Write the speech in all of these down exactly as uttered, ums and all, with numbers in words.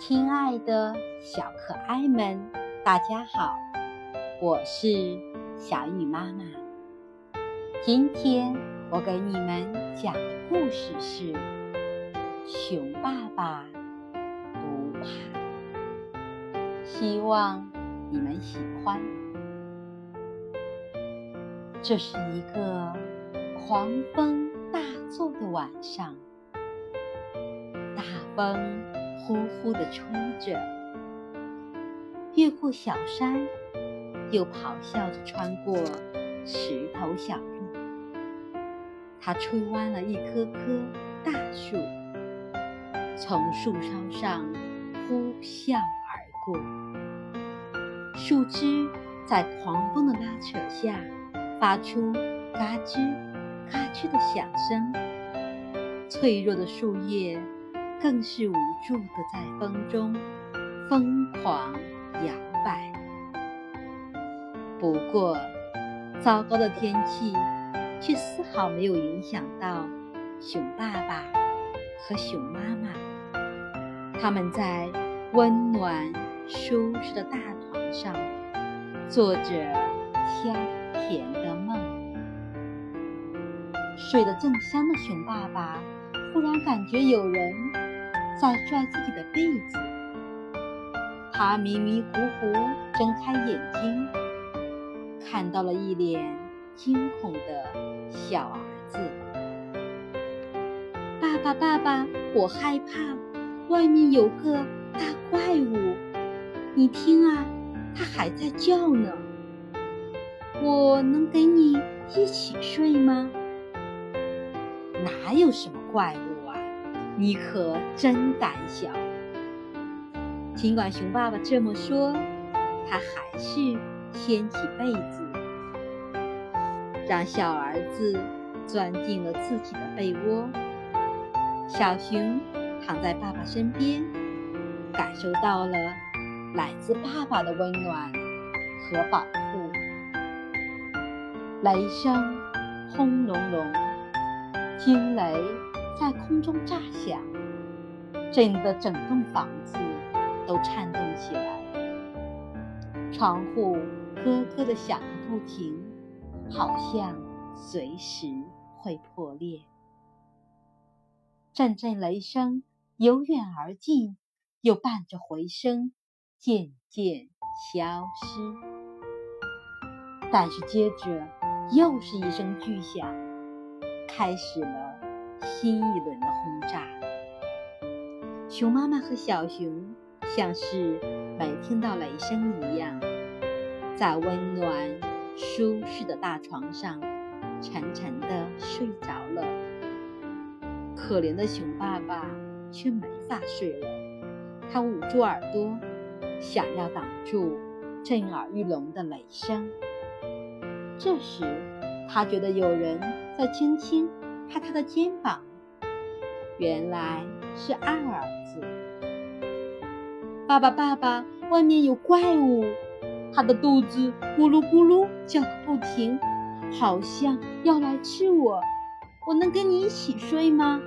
亲爱的小可爱们，大家好，我是小雨妈妈。今天我给你们讲的故事是熊爸爸不怕，希望你们喜欢。这是一个狂风大作的晚上，大风呼呼地吹着，越过小山，又咆哮着穿过石头小路。它吹弯了一棵棵大树，从树梢上呼啸而过，树枝在狂风的拉扯下发出嘎吱嘎吱的响声，脆弱的树叶更是无助地在风中疯狂摇摆。不过，糟糕的天气却丝毫没有影响到熊爸爸和熊妈妈。他们在温暖舒适的大床上做着香甜的梦。睡得正香的熊爸爸忽然感觉有人在拽自己的被子，他迷迷糊糊睁开眼睛，看到了一脸惊恐的小儿子。爸爸爸爸，我害怕，外面有个大怪物，你听啊，它还在叫呢。我能跟你一起睡吗？哪有什么怪物啊，你可真胆小。尽管熊爸爸这么说，他还是掀起被子，让小儿子钻进了自己的被窝。小熊躺在爸爸身边，感受到了来自爸爸的温暖和保护。雷声轰隆隆，惊雷在空中炸响，震得整栋房子都颤动起来，窗户咯咯地响个不停，好像随时会破裂。阵阵雷声由远而近，又伴着回声渐渐消失。但是接着又是一声巨响，开始了新一轮的轰炸。熊妈妈和小熊像是没听到雷声一样，在温暖舒适的大床上沉沉地睡着了。可怜的熊爸爸却没法睡了，他捂住耳朵，想要挡住震耳欲聋的雷声。这时他觉得有人在轻轻拍他的肩膀，原来是二儿子。爸爸爸爸，外面有怪物，他的肚子咕噜咕噜叫个不停，好像要来吃我，我能跟你一起睡吗？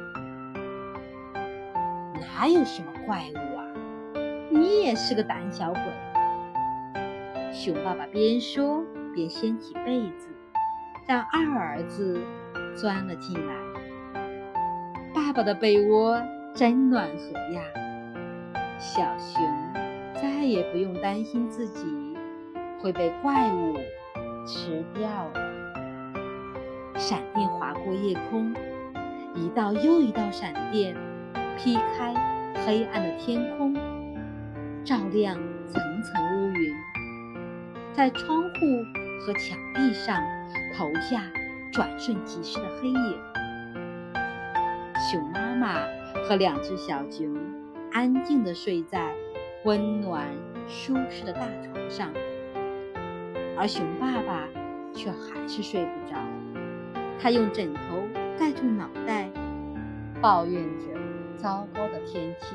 哪有什么怪物啊，你也是个胆小鬼。熊爸爸边说边掀起被子，让二儿子钻了进来。爸爸的被窝真暖和呀，小熊再也不用担心自己会被怪物吃掉了。闪电划过夜空，一道又一道闪电劈开黑暗的天空，照亮层层乌云，在窗户和墙壁上投下转瞬即逝的黑影。熊妈妈和两只小熊安静地睡在温暖舒适的大床上，而熊爸爸却还是睡不着。他用枕头盖住脑袋，抱怨着糟糕的天气。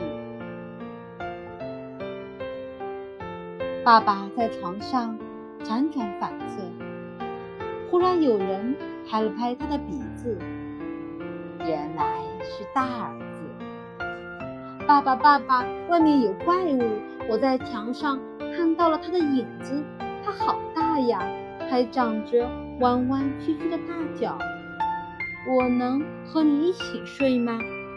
爸爸在床上辗转反侧，忽然有人拍了拍他的鼻子，原来是大儿子。 爸爸爸爸，外面有怪物，我在墙上看到了它的影子，它好大呀，还长着弯弯曲曲的大脚，我能和你一起睡吗？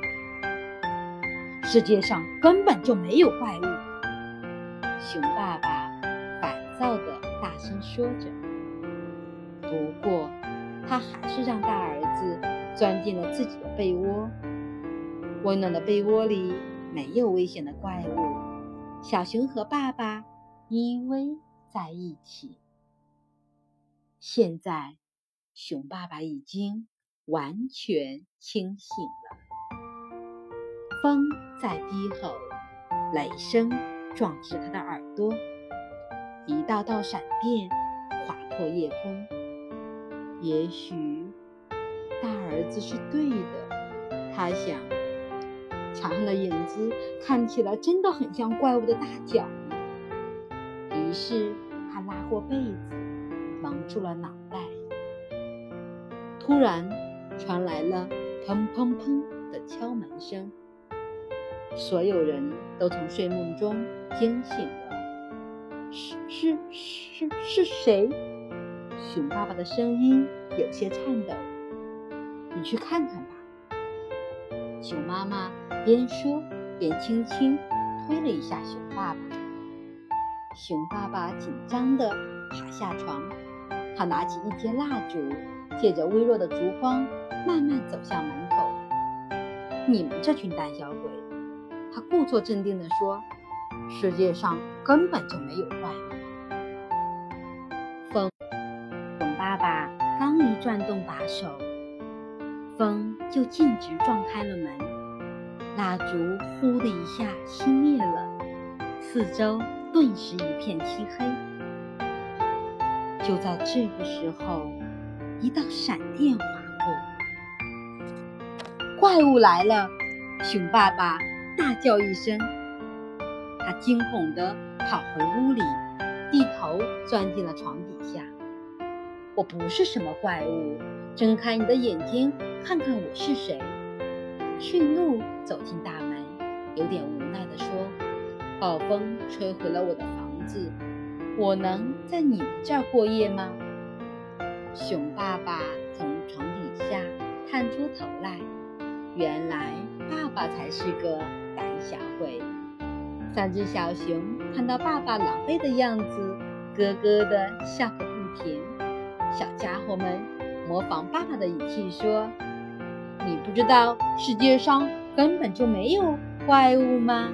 世界上根本就没有怪物，熊爸爸烦躁地大声说着。不过他还是让大儿子钻进了自己的被窝。温暖的被窝里没有危险的怪物，小熊和爸爸依偎在一起。现在熊爸爸已经完全清醒了。风在低吼，雷声撞击他的耳朵，一道道闪电划破夜空。也许大儿子是对的，他想，墙上的影子看起来真的很像怪物的大脚呢。于是他拉过被子，蒙住了脑袋。突然传来了砰砰砰的敲门声，所有人都从睡梦中惊醒了。是是是是谁？熊爸爸的声音有些颤抖。你去看看吧。熊妈妈边说边轻轻推了一下熊爸爸。熊爸爸紧张地爬下床，他拿起一截蜡烛，借着微弱的烛光慢慢走向门口。你们这群胆小鬼，他故作镇定地说，世界上根本就没有怪物。风熊爸爸刚一转动把手，风就径直撞开了门，蜡烛呼的一下熄灭了，四周顿时一片漆黑。就在这个时候，一道闪电划过，怪物来了！熊爸爸大叫一声，他惊恐地跑回屋里，低头钻进了床底下。我不是什么怪物，睁开你的眼睛，看看我是谁。驯鹿走进大门，有点无奈地说，暴风吹毁了我的房子，我能在你们这儿过夜吗？熊爸爸从床底下探出头来，原来爸爸才是个胆小鬼。三只小熊看到爸爸狼狈的样子，咯咯地笑个不停。小家伙们模仿爸爸的语气说，你不知道世界上根本就没有怪物吗？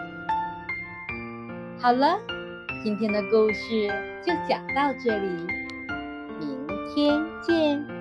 好了，今天的故事就讲到这里，明天见。